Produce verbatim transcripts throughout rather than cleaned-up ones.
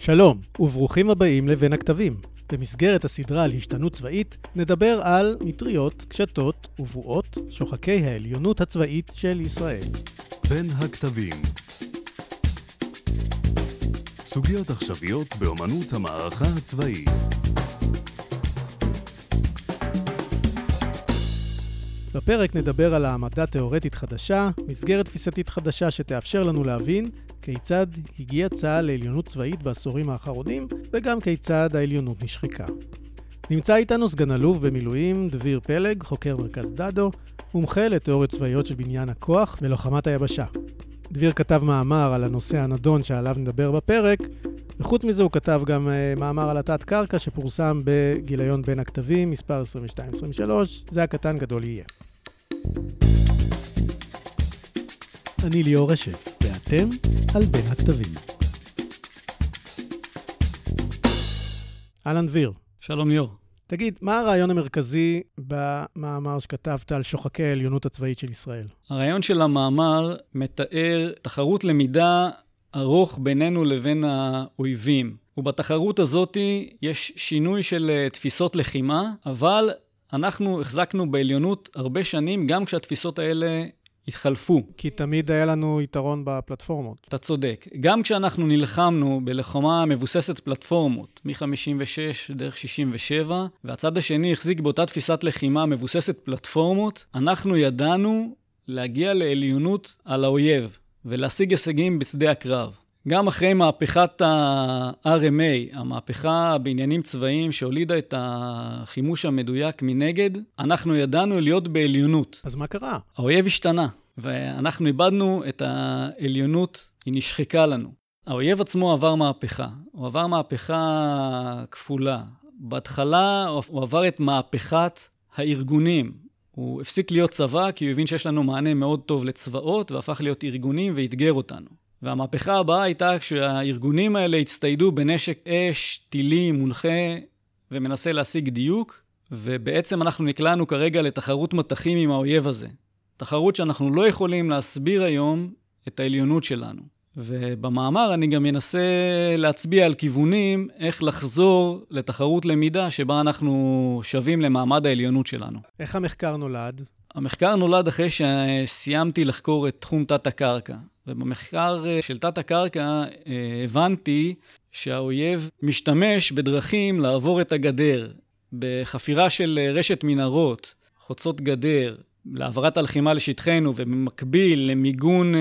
שלום, וברוכים הבאים לבין הכתבים. במסגרת הסדרה על השתנות צבאית, נדבר על מטריות, קשתות ובועות, שוחקי העליונות הצבאית של ישראל. בין הכתבים. סוגיות עכשוויות באמנות המערכה הצבאית. בפרק נדבר על העמדה תיאורטית חדשה, מסגרת תפיסתית חדשה שתאפשר לנו להבין כיצד הגיע צה"ל לעליונות צבאית בעשורים האחרונים, וגם כיצד העליונות נשחקה. נמצא איתנו סגן אלוף במילואים דביר פלג, חוקר מרכז דדו, מומחה לתיאוריות צבאיות של בניין הכוח ולוחמת היבשה. דביר כתב מאמר על הנושא הנדון שעליו נדבר בפרק, וחוץ מזה הוא כתב גם מאמר על התת קרקע שפורסם בגיליון בין הכתבים, מספר עשרים ושתיים עשרים ושלוש, זה הקטן גדול יהיה. אני ליאור רשף, ואתם על בין הכתבים. אהלן דביר. שלום ליאור. תגיד, מה הרעיון המרכזי במאמר שכתבת על שוחקי העליונות הצבאית של ישראל? הרעיון של המאמר מתאר תחרות למידה ארוך בינינו לבין האויבים. ובתחרות הזאת יש שינוי של תפיסות לחימה, אבל אנחנו החזקנו בעליונות הרבה שנים, גם כשהתפיסות האלה התחלפו. כי תמיד היה לנו יתרון בפלטפורמות. אתה צודק. גם כשאנחנו נלחמנו בלחמה מבוססת פלטפורמות, מ-חמישים ושש דרך שישים ושבע, והצד השני החזיק באותה תפיסת לחימה מבוססת פלטפורמות, אנחנו ידענו להגיע לעליונות על האויב, ולהשיג הישגים בשדה הקרב. גם אחרי מהפכת ה-אר אם איי, המהפכה בעניינים צבאיים שהולידה את החימוש המדויק מנגד, אנחנו ידענו להיות בעליונות. אז מה קרה? האויב השתנה, ואנחנו איבדנו את העליונות, היא נשחקה לנו. האויב עצמו עבר מהפכה, הוא עבר מהפכה כפולה. בהתחלה הוא עבר את מהפכת הארגונים. הוא הפסיק להיות צבא כי הוא הבין שיש לנו מענה מאוד טוב לצבאות, והפך להיות ארגונים והתגר אותנו. והמהפכה הבאה הייתה כשהארגונים האלה הצטיידו בנשק אש, טילים, מונחה, ומנסה להשיג דיוק, ובעצם אנחנו נקלענו כרגע לתחרות מתחים עם האויב הזה. תחרות שאנחנו לא יכולים להסביר היום את העליונות שלנו. ובמאמר אני גם מנסה להצביע על כיוונים איך לחזור לתחרות למידה שבה אנחנו שווים למעמד העליונות שלנו. איך המחקר נולד? המחקר נולד אחרי שסיימתי לחקור את תחום תת הקרקע. ובמחקר של תת הקרקע הבנתי שהאויב משתמש בדרכים לעבור את הגדר, בחפירה של רשת מנהרות, חוצות גדר, להעברת הלחימה לשטחנו, ובמקביל למיגון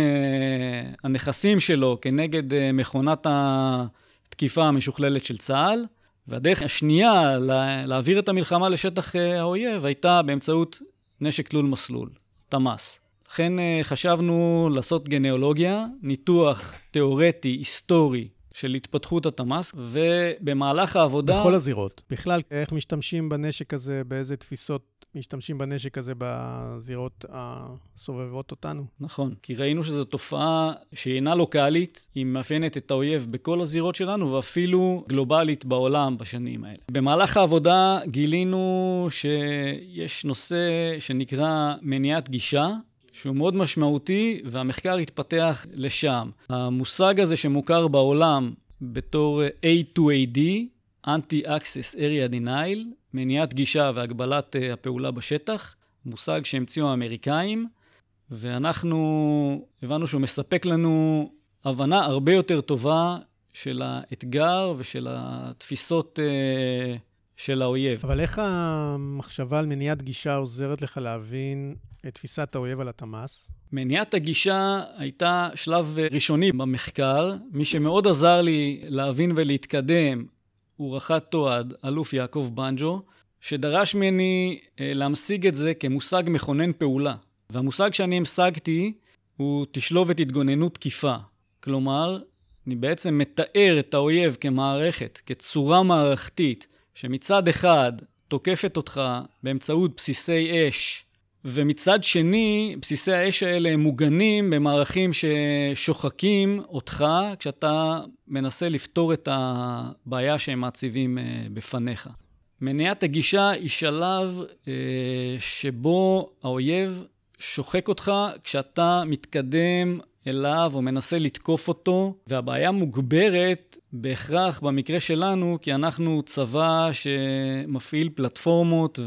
הנכסים שלו כנגד מכונת התקיפה המשוכללת של צה"ל. והדרך השנייה להעביר את המלחמה לשטח האויב הייתה באמצעות נשק תלול מסלול, תמ"ס. לכן חשבנו לעשות גנאולוגיה, ניתוח תיאורטי, היסטורי של התפתחות התמ"ס, ובמהלך העבודה... בכל הזירות. בכלל, איך משתמשים בנשק הזה, באיזה תפיסות משתמשים בנשק הזה בזירות הסובבות אותנו? נכון, כי ראינו שזו תופעה שאינה לוקאלית, היא מאפיינת את האויב בכל הזירות שלנו, ואפילו גלובלית בעולם בשנים האלה. במהלך העבודה גילינו שיש נושא שנקרא מניעת גישה, שהוא מאוד משמעותי, והמחקר התפתח לשם. המושג הזה שמוכר בעולם בתור איי טו איי די, Anti-Access Area Denial, מניעת גישה והגבלת הפעולה בשטח, מושג שהמציאו האמריקאים, ואנחנו הבנו שהוא מספק לנו הבנה הרבה יותר טובה של האתגר ושל התפיסות של האויב. אבל איך המחשבה על מניעת גישה עוזרת לך להבין את תפיסת האויב על התמ"ס? מניעת הגישה הייתה שלב ראשוני במחקר. מי שמאוד עזר לי להבין ולהתקדם הוא רח"ט תועד, אלוף יעקב בנג'ו, שדרש ממני להמשיג את זה כמושג מכונן פעולה. והמושג שאני המשגתי הוא תשלובת התגוננות תקיפה. כלומר, אני בעצם מתאר את האויב כמערכת, כצורה מערכתית, שמצד אחד תוקפת אותך באמצעות בסיסי אש, ומצד שני, בסיסי האש האלה הם מוגנים במערכים ששוחקים אותך כשאתה מנסה לפתור את הבעיה שהם מעציבים בפניך. מניעת הגישה היא שלב שבו האויב שוחק אותך כשאתה מתקדם אליו או מנסה לתקוף אותו, והבעיה מוגברת בהכרח במקרה שלנו, כי אנחנו צבא שמפעיל פלטפורמות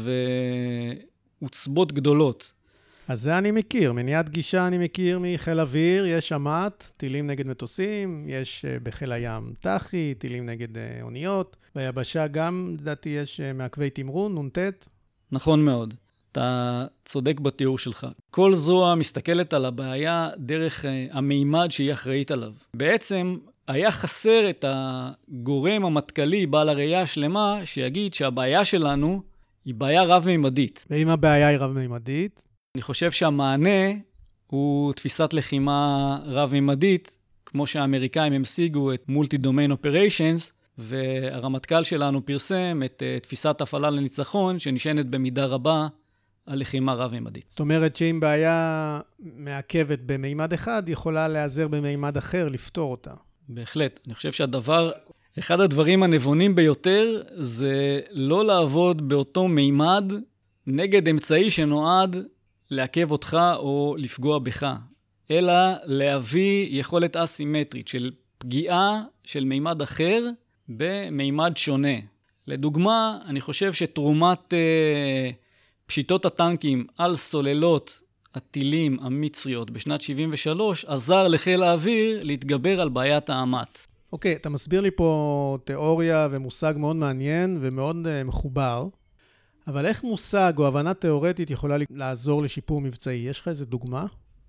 ועוצבות גדולות. אז זה אני מכיר, מניעת גישה אני מכיר מחיל אוויר, יש אמ"ט, טילים נגד מטוסים, יש בחיל הים תחי, טילים נגד אוניות, ביבשה גם, לדעתי, יש מעכבי תמרון, נונטט. נכון מאוד, אתה צודק בתיאור שלך. כל זרוע מסתכלת על הבעיה דרך המימד שהיא אחראית עליו. בעצם היה חסר את הגורם המטכ"לי, בעל הראייה השלמה, שיגיד שהבעיה שלנו היא בעיה רב-מימדית. ואם הבעיה היא רב-מימדית? אני חושב שהמענה הוא תפיסת לחימה רב-מימדית, כמו שהאמריקאים המשיגו את Multi-Domain Operations, והרמטכ"ל שלנו פרסם את uh, תפיסת הפעלה לניצחון, שנשענת במידה רבה על לחימה רב-מימדית. זאת אומרת שאם בעיה מעכבת במימד אחד, יכולה להיעזר במימד אחר לפתור אותה. בהחלט. אני חושב שהדבר, אחד הדברים הנבונים ביותר, זה לא לעבוד באותו מימד נגד אמצעי שנועד לעכב אותך או לפגוע בך, אלא להביא יכולת אסימטרית של פגיעה של מימד אחר במימד שונה. לדוגמה, אני חושב שתרומת אה, פשיטות הטנקים על סוללות הטילים המצריות בשנת שבעים ושלוש עזר לחיל האוויר להתגבר על בעיית האמ"ט. אוקיי, אתה מסביר לי פה תיאוריה ומושג מאוד מעניין ומאוד uh, מחובר, אבל איך מושג או הבנה תיאורטית יכולה לעזור לשיפור מבצעי? יש לך איזה דוגמה?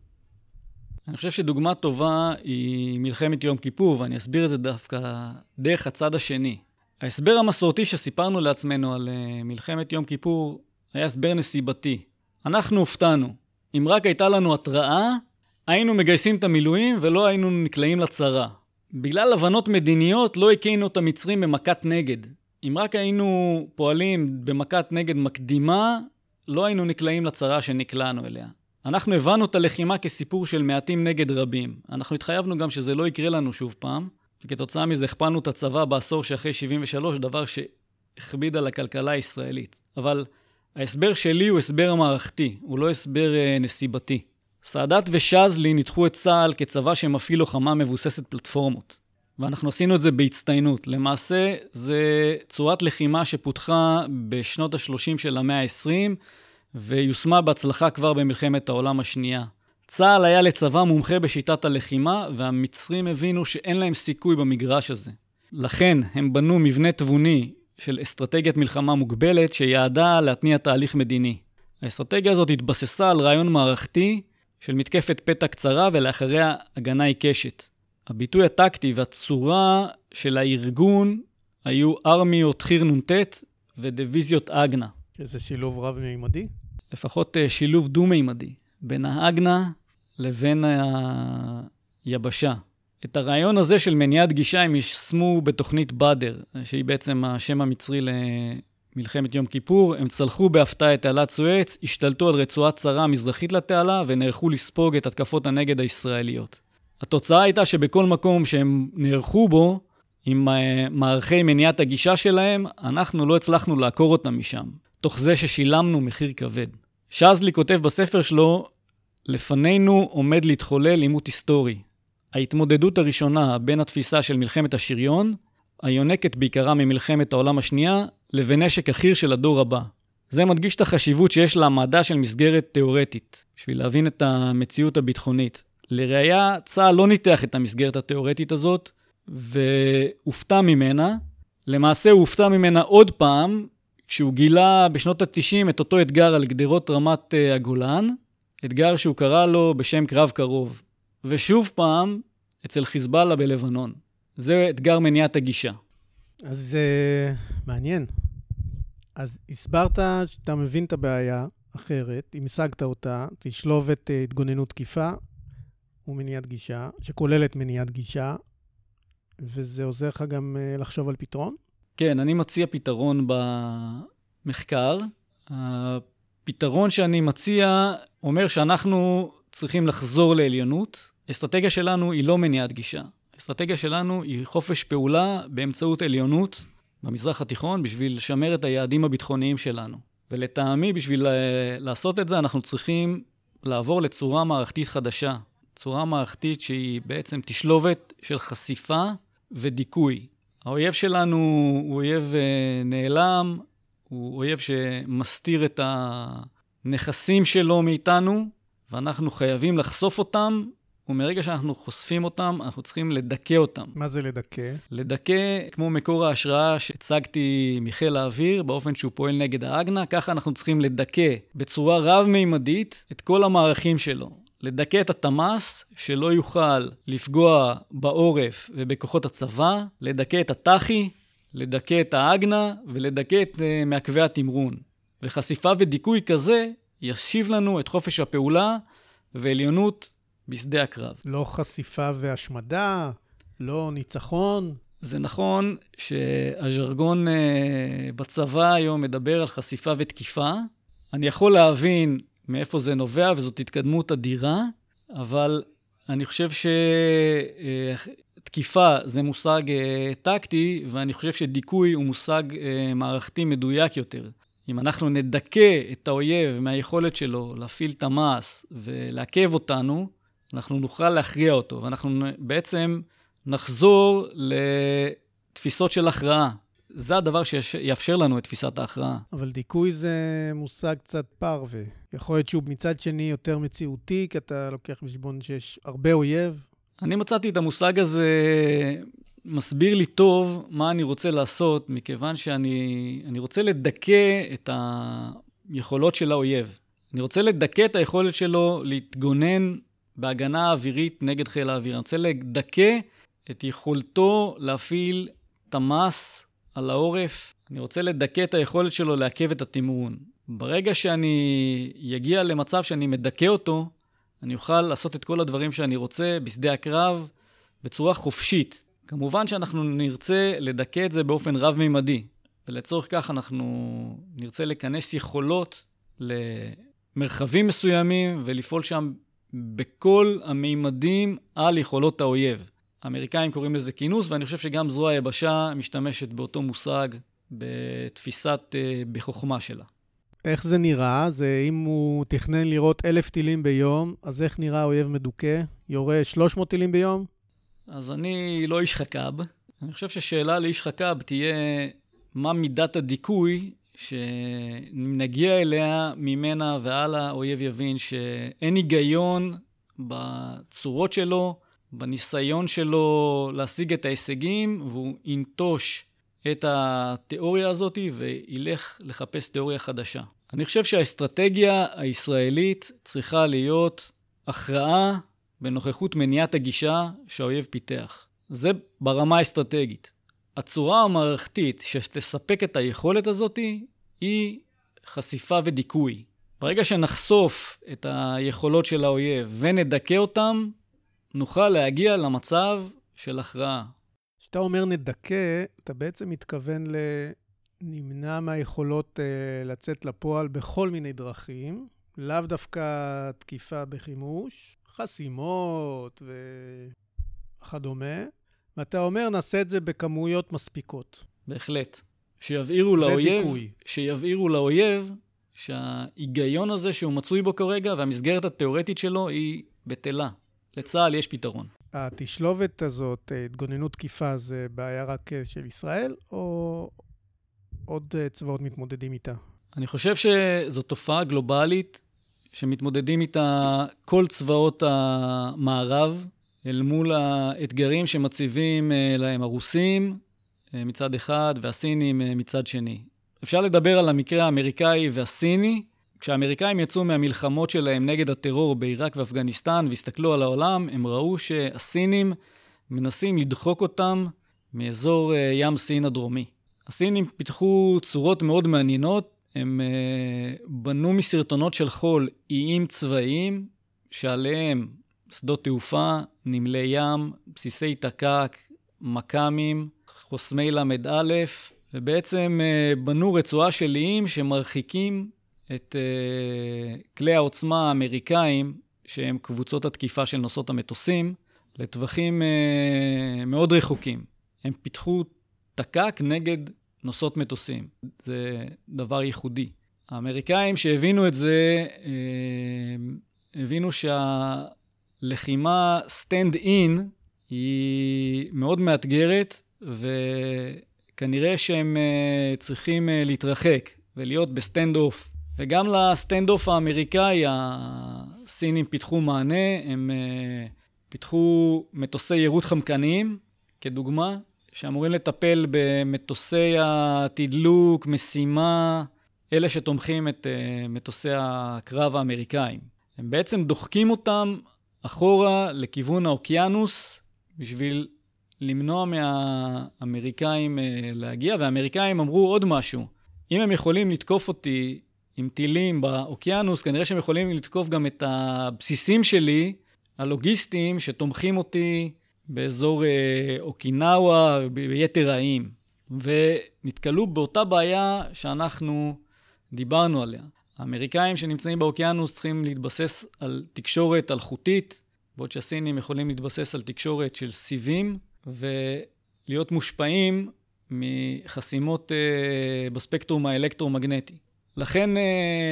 אני חושב שדוגמה טובה היא מלחמת יום כיפור, ואני אסביר את זה דווקא דרך הצד השני. ההסבר המסורתי שסיפרנו לעצמנו על uh, מלחמת יום כיפור היה הסבר נסיבתי. אנחנו הופתענו. אם רק הייתה לנו התראה, היינו מגייסים את המילואים ולא היינו נקלעים לצרה. בגלל הבנות מדיניות לא הכינו את המצרים במכת נגד. אם רק היינו פועלים במכת נגד מקדימה, לא היינו נקלעים לצרה שנקלענו אליה. אנחנו הבנו את הלחימה כסיפור של מעטים נגד רבים. אנחנו התחייבנו גם שזה לא יקרה לנו שוב פעם, וכתוצאה מזה הכפלנו את הצבא בעשור שאחרי שבעים ושלוש, דבר שהכביד על הכלכלה הישראלית. אבל ההסבר שלי הוא הסבר מערכתי, הוא לא הסבר אה, נסיבתי. סאדאת ושזלי ניתחו את צה"ל כצבא שמפעיל לוחמה מבוססת פלטפורמות. ואנחנו עשינו את זה בהצטיינות. למעשה, זה צורת לחימה שפותחה בשנות ה-שלושים של המאה ה-עשרים, ויושמה בהצלחה כבר במלחמת העולם השנייה. צה"ל היה לצבא מומחה בשיטת הלחימה, והמצרים הבינו שאין להם סיכוי במגרש הזה. לכן, הם בנו מבנה תבוני של אסטרטגיית מלחמה מוגבלת, שיעדה להתניע תהליך מדיני. האסטרטגיה הזאת התבססה על רעיון מערכתי של מתקפת פתע קצרה, ולאחריה הגנה עיקשת. הביטוי הטקטי והצורה של הארגון היו ארמיות חיר נונטט ודיוויזיות אגנה. שזה שילוב רב-מימדי? לפחות שילוב דו-מימדי, בין האגנה לבין היבשה. את הרעיון הזה של מניעת גישה הם ישמו בתוכנית בדר, שהיא בעצם השם המצרי למלחמת יום כיפור. הם צלחו בהפתעה את תעלת סואץ, השתלטו על רצועת צרה מזרחית לתעלה ונערכו לספוג את התקפות הנגד הישראליות. התוצאה הייתה שבכל מקום שהם נערכו בו, עם מערכי מניעת הגישה שלהם, אנחנו לא הצלחנו לעקור אותם משם, תוך זה ששילמנו מחיר כבד. שזלי כותב בספר שלו, לפנינו עומד להתחולל עימות היסטורי. ההתמודדות הראשונה בין התפיסה של מלחמת השריון, היונקת בעיקרה ממלחמת העולם השנייה, לבין נשק החיר של הדור הבא. זה מדגיש את החשיבות שיש למדע של מסגרת תיאורטית, בשביל להבין את המציאות הביטחונית. לראיה, צה"ל לא ניתח את המסגרת התיאורטית הזאת, והופתע ממנה. למעשה הוא הופתע ממנה עוד פעם, כשהוא גילה בשנות ה-תשעים את אותו אתגר על גדרות רמת הגולן, אתגר שהוא קרא לו בשם קרב קרוב. ושוב פעם, אצל חיזבאללה בלבנון. זה אתגר מניעת הגישה. אז זה מעניין. אז הסברת שאתה מבין את הבעיה אחרת, אם השגת אותה, תשלוב את התגוננות תקיפה ומניעת גישה, שכוללת מניעת גישה, וזה עוזר לך גם לחשוב על פתרון? כן, אני מציע פתרון במחקר. הפתרון שאני מציע אומר שאנחנו צריכים לחזור לעליונות. האסטרטגיה שלנו היא לא מניעת גישה. האסטרטגיה שלנו היא חופש פעולה באמצעות עליונות במזרח התיכון בשביל לשמר את היעדים הביטחוניים שלנו. ולטעמי, בשביל לעשות את זה, אנחנו צריכים לעבור לצורה מערכתית חדשה. צורה מערכתית שהיא בעצם תשלובת של חשיפה ודיכוי. האויב שלנו הוא אויב נעלם, הוא אויב שמסתיר את הנכסים שלו מאיתנו, ואנחנו חייבים לחשוף אותם, ומרגע שאנחנו חושפים אותם, אנחנו צריכים לדכא אותם. מה זה לדכא? לדכא, כמו מקור ההשראה שהצגתי מחיל האוויר, באופן שהוא פועל נגד האגנה, ככה אנחנו צריכים לדכא בצורה רב-מימדית את כל המערכים שלו. לדכא את התמ"ס, שלא יוכל לפגוע בעורף ובכוחות הצבא, לדכא את התחי, לדכא את האגנה, ולדכא את uh, מעכבי התמרון. וחשיפה ודיכוי כזה ישיב לנו את חופש הפעולה ועליונות בשדה הקרב. לא חשיפה והשמדה, לא ניצחון. זה נכון שהז'רגון uh, בצבא היום מדבר על חשיפה ותקיפה. אני יכול להבין מאיפה זה נובע, וזאת התקדמות אדירה, אבל אני חושב שתקיפה זה מושג טקטי, ואני חושב שדיכוי הוא מושג מערכתי מדויק יותר. אם אנחנו נדכא את האויב מהיכולת שלו להפעיל את המס ולעכב אותנו, אנחנו נוכל להכריע אותו, ואנחנו בעצם נחזור לתפיסות של הכרעה. זה הדבר שיאפשר לנו את תפיסת ההכרעה. אבל דיכוי זה מושג קצת פרווה. יכול להיות שהוא מצד שני יותר מציאותי, כי אתה לוקח בחשבון שיש הרבה אויב. אני מצאתי את המושג הזה, מסביר לי טוב מה אני רוצה לעשות, מכיוון שאני אני רוצה לדכא את היכולות של האויב. אני רוצה לדכא את היכולת שלו להתגונן בהגנה האווירית נגד חיל האוויר. אני רוצה לדכא את יכולתו להפעיל תמ"ס על העורף. אני רוצה לדכא את היכולת שלו לעכב את התמרון. ברגע שאני יגיע למצב שאני מדכא אותו, אני אוכל לעשות את כל הדברים שאני רוצה בשדה הקרב בצורה חופשית. כמובן שאנחנו נרצה לדכא את זה באופן רב-מימדי, ולצורך כך אנחנו נרצה לכנס יכולות למרחבים מסוימים ולפעול שם בכל המימדים על יכולות האויב. האמריקאים קוראים לזה כינוס, ואני חושב שגם זרוע היבשה משתמשת באותו מושג בתפיסת בחוכמה שלה. איך זה נראה? זה אם הוא תכנן לראות אלף טילים ביום, אז איך נראה אויב מדוכא? יורה שלוש מאות טילים ביום? אז אני לא איש חכב. אני חושב ששאלה לאיש חכב תהיה מה מידת הדיכוי שנגיע אליה ממנה והלאה. האויב יבין שאין היגיון בצורות שלו, בניסיון שלו להשיג את ההישגים, והוא ינטוש את התיאוריה הזאת וילך לחפש תיאוריה חדשה. אני חושב שהאסטרטגיה הישראלית צריכה להיות הכרעה בנוכחות מניעת הגישה שהאויב פיתח. זה ברמה האסטרטגית. הצורה המערכתית שתספק את היכולת הזאת היא חשיפה ודיכוי. ברגע שנחשוף את היכולות של האויב ונדכא אותם, נוכל להגיע למצב של הכרעה. כשאתה אומר נדכא, אתה בעצם מתכוון לנמנע מהיכולות uh, לצאת לפועל בכל מיני דרכים, לאו דווקא תקיפה בחימוש, חסימות וכדומה, ואתה אומר נעשה את זה בכמויות מספיקות. בהחלט. שיבהירו זה לאויב, דיכוי. שיבהירו לאויב שההיגיון הזה שהוא מצוי בו כרגע והמסגרת התיאורטית שלו היא בטלה. לצה"ל יש פתרון. התשלובת הזאת, התגוננות תקיפה, זה בעיה רק של ישראל, או עוד צבאות מתמודדים איתה? אני חושב שזו תופעה גלובלית שמתמודדים איתה כל צבאות המערב, אל מול האתגרים שמציבים להם הרוסים מצד אחד והסינים מצד שני. אפשר לדבר על המקרה האמריקאי והסיני. כשהאמריקאים יצאו מהמלחמות שלהם נגד הטרור בעיראק ואפגניסטן והסתכלו על העולם, הם ראו שהסינים מנסים לדחוק אותם מאזור ים סין הדרומי. הסינים פיתחו צורות מאוד מעניינות, הם בנו מסרטונות של חול איים צבאיים, שעליהם שדות תעופה, נמלי ים, בסיסי תקק, מקמים, חוסמי למד א', ובעצם בנו רצועה של איים שמרחיקים את uh, כלי העוצמה האמריקאים, שהם קבוצות התקיפה של נוסעות המטוסים, לטווחים uh, מאוד רחוקים. הם פיתחו תקק נגד נוסעות מטוסים. זה דבר ייחודי. האמריקאים שהבינו את זה, uh, הבינו הלחימה stand-in היא מאוד מאתגרת, וכנראה שהם צריכים להתרחק ולהיות בסטנד-אוף. וגם לסטנד-אוף האמריקאי, הסינים פיתחו מענה, הם פיתחו מטוסי יירוט חמקניים, כדוגמה, שאמורים לטפל במטוסי התדלוק, משימה, אלה שתומכים את מטוסי הקרב האמריקאים. הם בעצם דוחקים אותם אחורה לכיוון האוקיינוס, בשביל למנוע מהאמריקאים להגיע, והאמריקאים אמרו עוד משהו. אם הם יכולים לתקוף אותי עם טילים באוקיינוס, כנראה שהם יכולים לתקוף גם את הבסיסים שלי, הלוגיסטיים, שתומכים אותי באזור אוקינאווה וביתר האיים. ונתקלו באותה בעיה שאנחנו דיברנו עליה. האמריקאים שנמצאים באוקיינוס צריכים להתבסס על תקשורת אלחוטית, בעוד שהסינים יכולים להתבסס על תקשורת של סיבים, ולהיות מושפעים מחסימות uh, בספקטרום האלקטרומגנטי. לכן uh,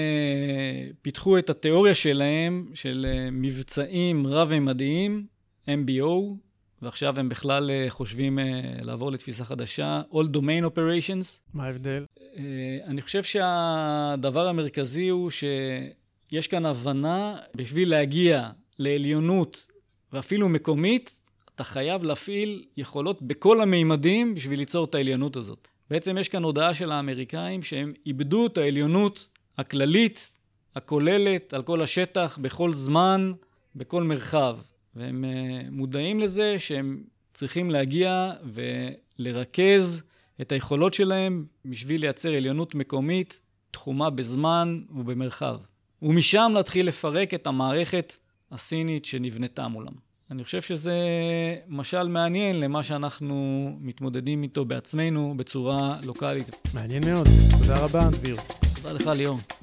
פיתחו את התיאוריה שלהם, של uh, מבצעים רב-ממדיים, אם בי או, ועכשיו הם בכלל uh, חושבים uh, לעבור לתפיסה חדשה, All Domain Operations. מה ההבדל? Uh, אני חושב שהדבר המרכזי הוא שיש כאן הבנה בשביל להגיע לעליונות ואפילו מקומית, אתה חייב להפעיל יכולות בכל המימדים בשביל ליצור את העליונות הזאת. בעצם יש כאן הודעה של האמריקאים שהם איבדו את העליונות הכללית, הכוללת, על כל השטח, בכל זמן, בכל מרחב. והם מודעים לזה שהם צריכים להגיע ולרכז את היכולות שלהם בשביל לייצר עליונות מקומית, תחומה בזמן ובמרחב. ומשם להתחיל לפרק את המערכת הסינית שנבנתה מולם. אני חושב שזה משל מעניין למה שאנחנו מתמודדים איתו בעצמנו בצורה לוקלית. מעניין מאוד. תודה רבה, דביר. תודה לך, ליאור.